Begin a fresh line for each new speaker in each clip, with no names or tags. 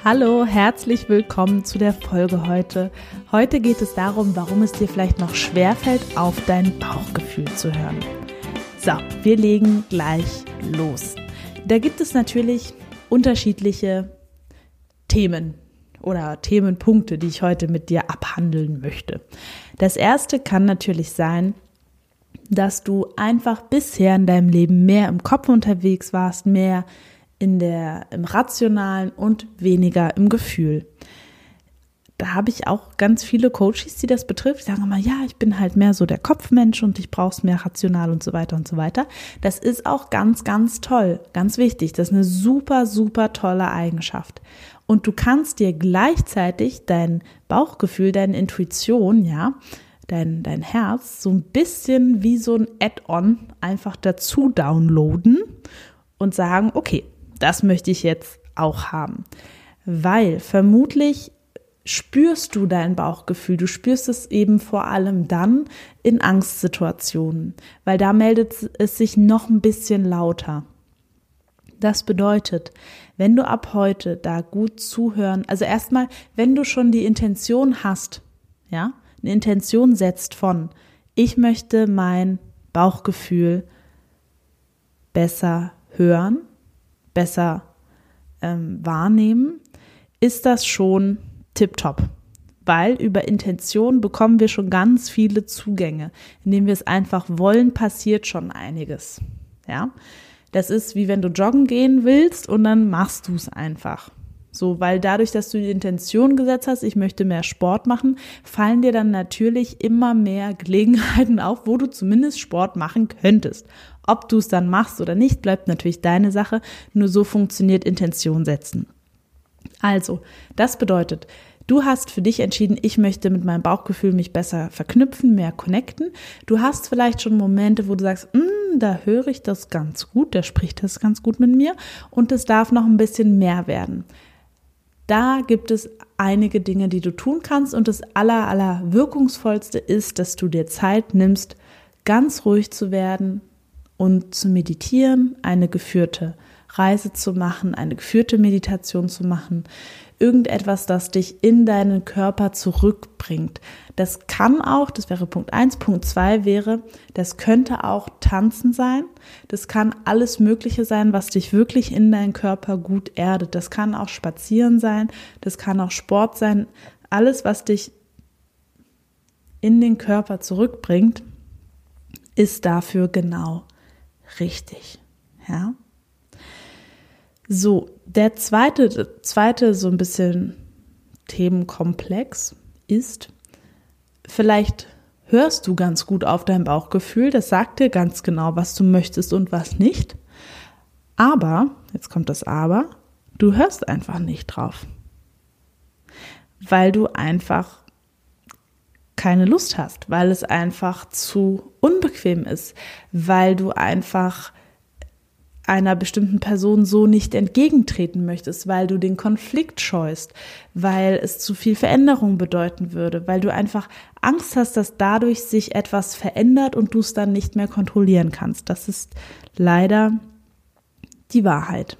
Hallo, herzlich willkommen zu der Folge heute. Heute geht es darum, warum es dir vielleicht noch schwerfällt, auf dein Bauchgefühl zu hören. So, wir legen gleich los. Da gibt es natürlich unterschiedliche Themen oder Themenpunkte, die ich heute mit dir abhandeln möchte. Das erste kann natürlich sein, dass du einfach bisher in deinem Leben mehr im Kopf unterwegs warst, mehr im Rationalen und weniger im Gefühl. Da habe ich auch ganz viele Coaches, die das betrifft, die sagen immer, ja, ich bin halt mehr so der Kopfmensch und ich brauche es mehr rational und so weiter und so weiter. Das ist auch ganz, ganz toll, ganz wichtig. Das ist eine super, super tolle Eigenschaft. Und du kannst dir gleichzeitig dein Bauchgefühl, deine Intuition, ja, dein Herz so ein bisschen wie so ein Add-on einfach dazu downloaden und sagen, okay, das möchte ich jetzt auch haben. Weil vermutlich spürst du dein Bauchgefühl, du spürst es eben vor allem dann in Angstsituationen, weil da meldet es sich noch ein bisschen lauter. Das bedeutet, wenn du ab heute da gut zuhören, also erstmal, wenn du schon die Intention hast, ja, eine Intention setzt von, ich möchte mein Bauchgefühl besser hören, besser wahrnehmen, ist das schon tipptopp. Weil über Intention bekommen wir schon ganz viele Zugänge. Indem wir es einfach wollen, passiert schon einiges. Ja, das ist wie wenn du joggen gehen willst und dann machst du es einfach. So, weil dadurch, dass du die Intention gesetzt hast, ich möchte mehr Sport machen, fallen dir dann natürlich immer mehr Gelegenheiten auf, wo du zumindest Sport machen könntest. Ob du es dann machst oder nicht, bleibt natürlich deine Sache. Nur so funktioniert Intention setzen. Also, das bedeutet, du hast für dich entschieden, ich möchte mit meinem Bauchgefühl mich besser verknüpfen, mehr connecten. Du hast vielleicht schon Momente, wo du sagst, da höre ich das ganz gut, der spricht das ganz gut mit mir und es darf noch ein bisschen mehr werden. Da gibt es einige Dinge, die du tun kannst und das aller wirkungsvollste ist, dass du dir Zeit nimmst, ganz ruhig zu werden und zu meditieren, eine geführte Reise zu machen, eine geführte Meditation zu machen, irgendetwas, das dich in deinen Körper zurückbringt. Das kann auch, das wäre Punkt 1, Punkt 2 wäre, das könnte auch Tanzen sein, das kann alles Mögliche sein, was dich wirklich in deinen Körper gut erdet. Das kann auch Spazieren sein, das kann auch Sport sein, alles, was dich in den Körper zurückbringt, ist dafür genau richtig. Ja? So, der zweite so ein bisschen Themenkomplex ist, vielleicht hörst du ganz gut auf dein Bauchgefühl, das sagt dir ganz genau, was du möchtest und was nicht, aber, jetzt kommt das Aber, du hörst einfach nicht drauf, weil du einfach keine Lust hast, weil es einfach zu unbequem ist, weil du einfach einer bestimmten Person so nicht entgegentreten möchtest, weil du den Konflikt scheust, weil es zu viel Veränderung bedeuten würde, weil du einfach Angst hast, dass dadurch sich etwas verändert und du es dann nicht mehr kontrollieren kannst. Das ist leider die Wahrheit.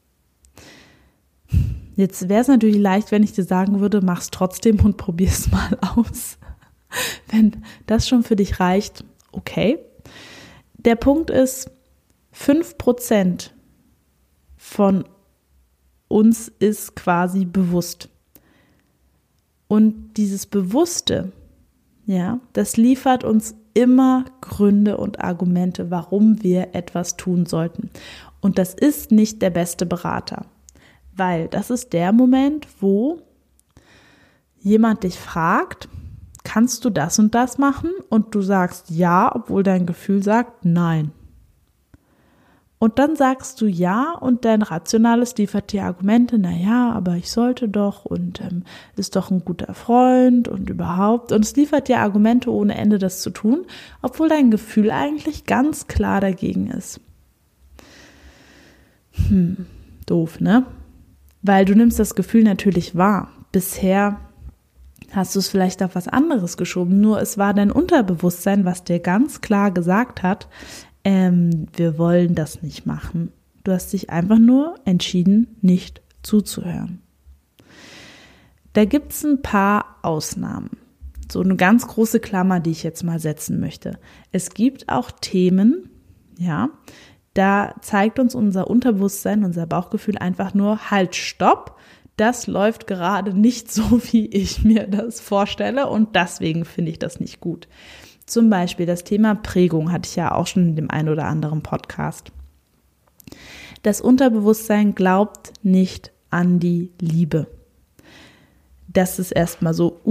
Jetzt wäre es natürlich leicht, wenn ich dir sagen würde, mach's trotzdem und probier's mal aus. Wenn das schon für dich reicht, okay. Der Punkt ist, 5% von uns ist quasi bewusst. Und dieses Bewusste, ja, das liefert uns immer Gründe und Argumente, warum wir etwas tun sollten. Und das ist nicht der beste Berater, weil das ist der Moment, wo jemand dich fragt, kannst du das und das machen? Und du sagst ja, obwohl dein Gefühl sagt nein. Und dann sagst du ja und dein Rationales liefert dir Argumente, naja, aber ich sollte doch und ist doch ein guter Freund und überhaupt. Und es liefert dir Argumente ohne Ende, das zu tun, obwohl dein Gefühl eigentlich ganz klar dagegen ist. Doof, ne? Weil du nimmst das Gefühl natürlich wahr. Bisher hast du es vielleicht auf was anderes geschoben, nur es war dein Unterbewusstsein, was dir ganz klar gesagt hat, wir wollen das nicht machen. Du hast dich einfach nur entschieden, nicht zuzuhören. Da gibt es ein paar Ausnahmen. So eine ganz große Klammer, die ich jetzt mal setzen möchte. Es gibt auch Themen, ja, da zeigt uns unser Unterbewusstsein, unser Bauchgefühl einfach nur, halt, stopp, das läuft gerade nicht so, wie ich mir das vorstelle und deswegen finde ich das nicht gut. Zum Beispiel das Thema Prägung hatte ich ja auch schon in dem einen oder anderen Podcast. Das Unterbewusstsein glaubt nicht an die Liebe. Das ist erstmal so,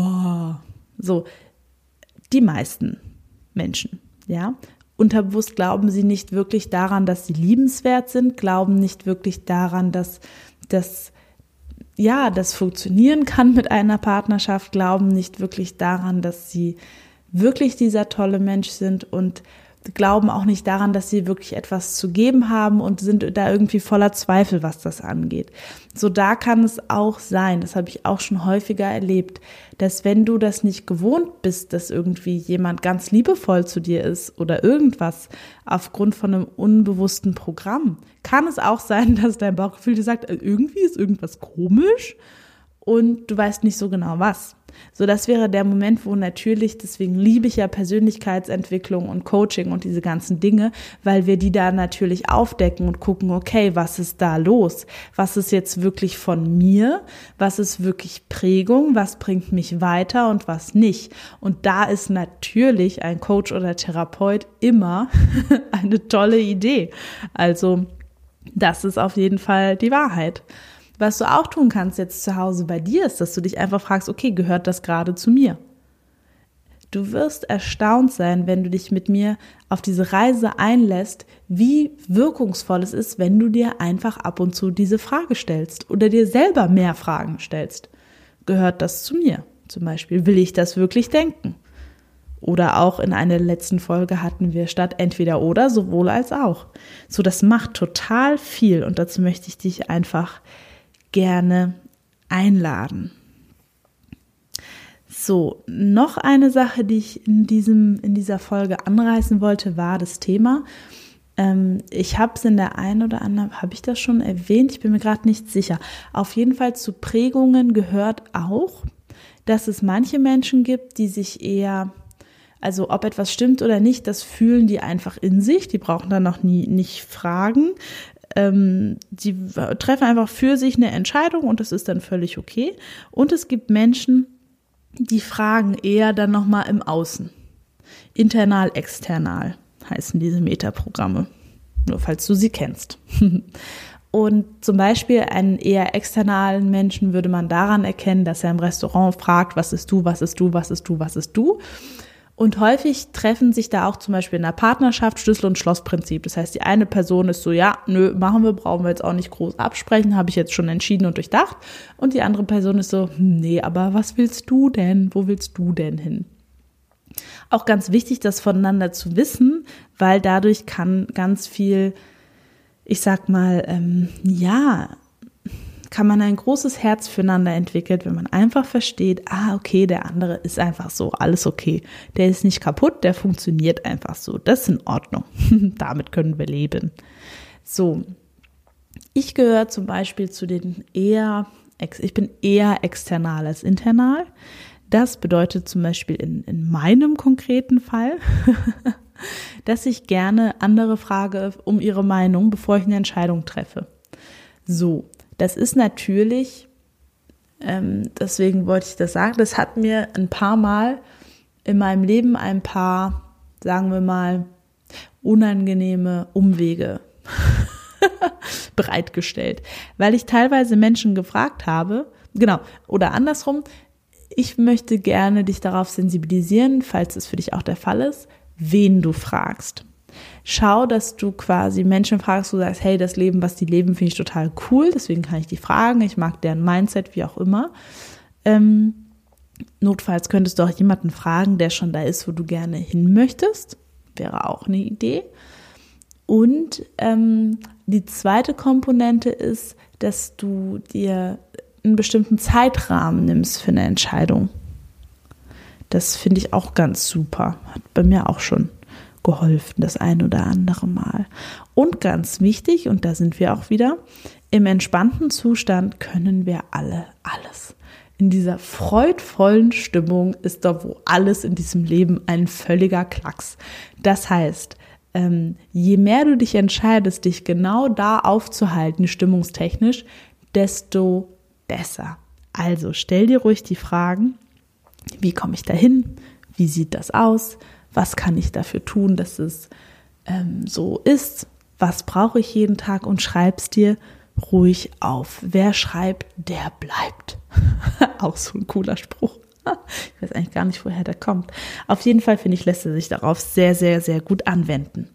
so, die meisten Menschen, ja. Unterbewusst glauben sie nicht wirklich daran, dass sie liebenswert sind, glauben nicht wirklich daran, dass das funktionieren kann mit einer Partnerschaft, glauben nicht wirklich daran, dass sie wirklich dieser tolle Mensch sind und glauben auch nicht daran, dass sie wirklich etwas zu geben haben und sind da irgendwie voller Zweifel, was das angeht. So, da kann es auch sein, das habe ich auch schon häufiger erlebt, dass wenn du das nicht gewohnt bist, dass irgendwie jemand ganz liebevoll zu dir ist oder irgendwas aufgrund von einem unbewussten Programm, kann es auch sein, dass dein Bauchgefühl dir sagt, irgendwie ist irgendwas komisch und du weißt nicht so genau was. So, das wäre der Moment, wo natürlich, deswegen liebe ich ja Persönlichkeitsentwicklung und Coaching und diese ganzen Dinge, weil wir die da natürlich aufdecken und gucken, okay, was ist da los? Was ist jetzt wirklich von mir? Was ist wirklich Prägung? Was bringt mich weiter und was nicht? Und da ist natürlich ein Coach oder Therapeut immer eine tolle Idee. Also, das ist auf jeden Fall die Wahrheit. Was du auch tun kannst jetzt zu Hause bei dir ist, dass du dich einfach fragst, okay, gehört das gerade zu mir? Du wirst erstaunt sein, wenn du dich mit mir auf diese Reise einlässt, wie wirkungsvoll es ist, wenn du dir einfach ab und zu diese Frage stellst oder dir selber mehr Fragen stellst. Gehört das zu mir? Zum Beispiel, will ich das wirklich denken? Oder auch in einer letzten Folge hatten wir statt entweder oder sowohl als auch. So, das macht total viel und dazu möchte ich dich einfach gerne einladen. So, noch eine Sache, die ich in dieser Folge anreißen wollte, war das Thema. Ich habe es in der einen oder anderen, habe ich das schon erwähnt? Ich bin mir gerade nicht sicher. Auf jeden Fall zu Prägungen gehört auch, dass es manche Menschen gibt, die sich eher, also ob etwas stimmt oder nicht, das fühlen die einfach in sich. Die brauchen dann noch nicht fragen. Die treffen einfach für sich eine Entscheidung und das ist dann völlig okay. Und es gibt Menschen, die fragen eher dann nochmal im Außen. Internal, external heißen diese Metaprogramme. Nur falls du sie kennst. Und zum Beispiel einen eher externalen Menschen würde man daran erkennen, dass er im Restaurant fragt, was ist du, was ist du, was ist du, was ist du? Und häufig treffen sich da auch zum Beispiel in der Partnerschaft Schlüssel- und Schloss-Prinzip. Das heißt, die eine Person ist so, ja, nö, machen wir, brauchen wir jetzt auch nicht groß absprechen, habe ich jetzt schon entschieden und durchdacht. Und die andere Person ist so, nee, aber was willst du denn? Wo willst du denn hin? Auch ganz wichtig, das voneinander zu wissen, weil dadurch kann ganz viel, ich sag mal, kann man ein großes Herz füreinander entwickeln, wenn man einfach versteht, okay, der andere ist einfach so, alles okay. Der ist nicht kaputt, der funktioniert einfach so. Das ist in Ordnung. Damit können wir leben. So, ich gehöre zum Beispiel zu den ich bin eher external als internal. Das bedeutet zum Beispiel in meinem konkreten Fall, dass ich gerne andere frage um ihre Meinung, bevor ich eine Entscheidung treffe. So. Das ist natürlich, deswegen wollte ich das sagen, das hat mir ein paar Mal in meinem Leben ein paar, sagen wir mal, unangenehme Umwege bereitgestellt, weil ich teilweise Menschen gefragt habe, genau, oder andersrum, ich möchte gerne dich darauf sensibilisieren, falls es für dich auch der Fall ist, wen du fragst. Schau, dass du quasi Menschen fragst, du sagst, hey, das Leben, was die leben, finde ich total cool, deswegen kann ich die fragen, ich mag deren Mindset, wie auch immer. Notfalls könntest du auch jemanden fragen, der schon da ist, wo du gerne hin möchtest, wäre auch eine Idee. Und die zweite Komponente ist, dass du dir einen bestimmten Zeitrahmen nimmst für eine Entscheidung. Das finde ich auch ganz super, hat bei mir auch schon geholfen, das ein oder andere Mal. Und ganz wichtig, und da sind wir auch wieder, im entspannten Zustand können wir alles. in dieser freudvollen Stimmung ist doch wo alles in diesem Leben ein völliger Klacks. Das heißt, je mehr du dich entscheidest, dich genau da aufzuhalten, stimmungstechnisch, desto besser. Also stell dir ruhig die Fragen, wie komme ich dahin? Wie sieht das aus? Was kann ich dafür tun, dass es so ist? Was brauche ich jeden Tag? Und schreib's dir ruhig auf. Wer schreibt, der bleibt. Auch so ein cooler Spruch. Ich weiß eigentlich gar nicht, woher der kommt. Auf jeden Fall, finde ich, lässt er sich darauf sehr, sehr, sehr gut anwenden.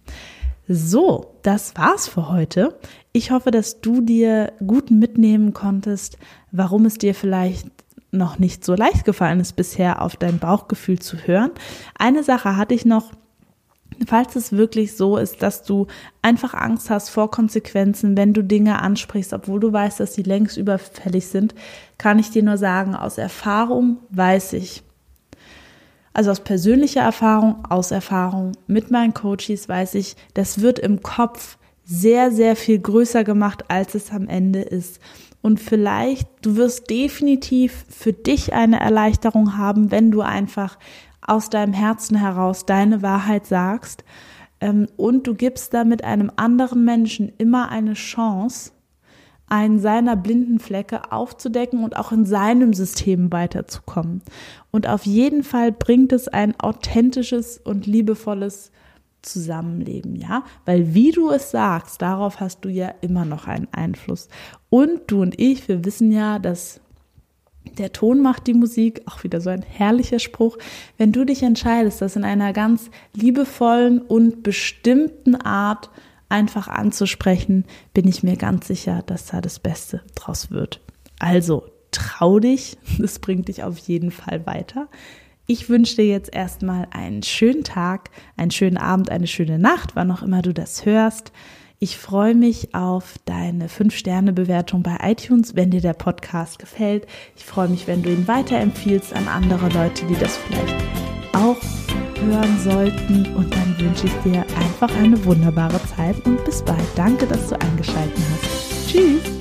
So, das war's für heute. Ich hoffe, dass du dir gut mitnehmen konntest, warum es dir vielleicht noch nicht so leicht gefallen ist, bisher auf dein Bauchgefühl zu hören. Eine Sache hatte ich noch. Falls es wirklich so ist, dass du einfach Angst hast vor Konsequenzen, wenn du Dinge ansprichst, obwohl du weißt, dass sie längst überfällig sind, kann ich dir nur sagen, aus Erfahrung weiß ich, also aus persönlicher Erfahrung, aus Erfahrung mit meinen Coaches weiß ich, das wird im Kopf sehr, sehr viel größer gemacht, als es am Ende ist. Und vielleicht, du wirst definitiv für dich eine Erleichterung haben, wenn du einfach aus deinem Herzen heraus deine Wahrheit sagst und du gibst damit einem anderen Menschen immer eine Chance, einen seiner blinden Flecke aufzudecken und auch in seinem System weiterzukommen. Und auf jeden Fall bringt es ein authentisches und liebevolles Zusammenleben, ja, weil wie du es sagst, darauf hast du ja immer noch einen Einfluss. Und du und ich, wir wissen ja, dass der Ton macht die Musik, auch wieder so ein herrlicher Spruch. Wenn du dich entscheidest, das in einer ganz liebevollen und bestimmten Art einfach anzusprechen, bin ich mir ganz sicher, dass da das Beste draus wird. Also trau dich, das bringt dich auf jeden Fall weiter. Ich wünsche dir jetzt erstmal einen schönen Tag, einen schönen Abend, eine schöne Nacht, wann auch immer du das hörst. Ich freue mich auf deine 5-Sterne-Bewertung bei iTunes, wenn dir der Podcast gefällt. Ich freue mich, wenn du ihn weiterempfiehlst an andere Leute, die das vielleicht auch hören sollten. Und dann wünsche ich dir einfach eine wunderbare Zeit und bis bald. Danke, dass du eingeschaltet hast. Tschüss!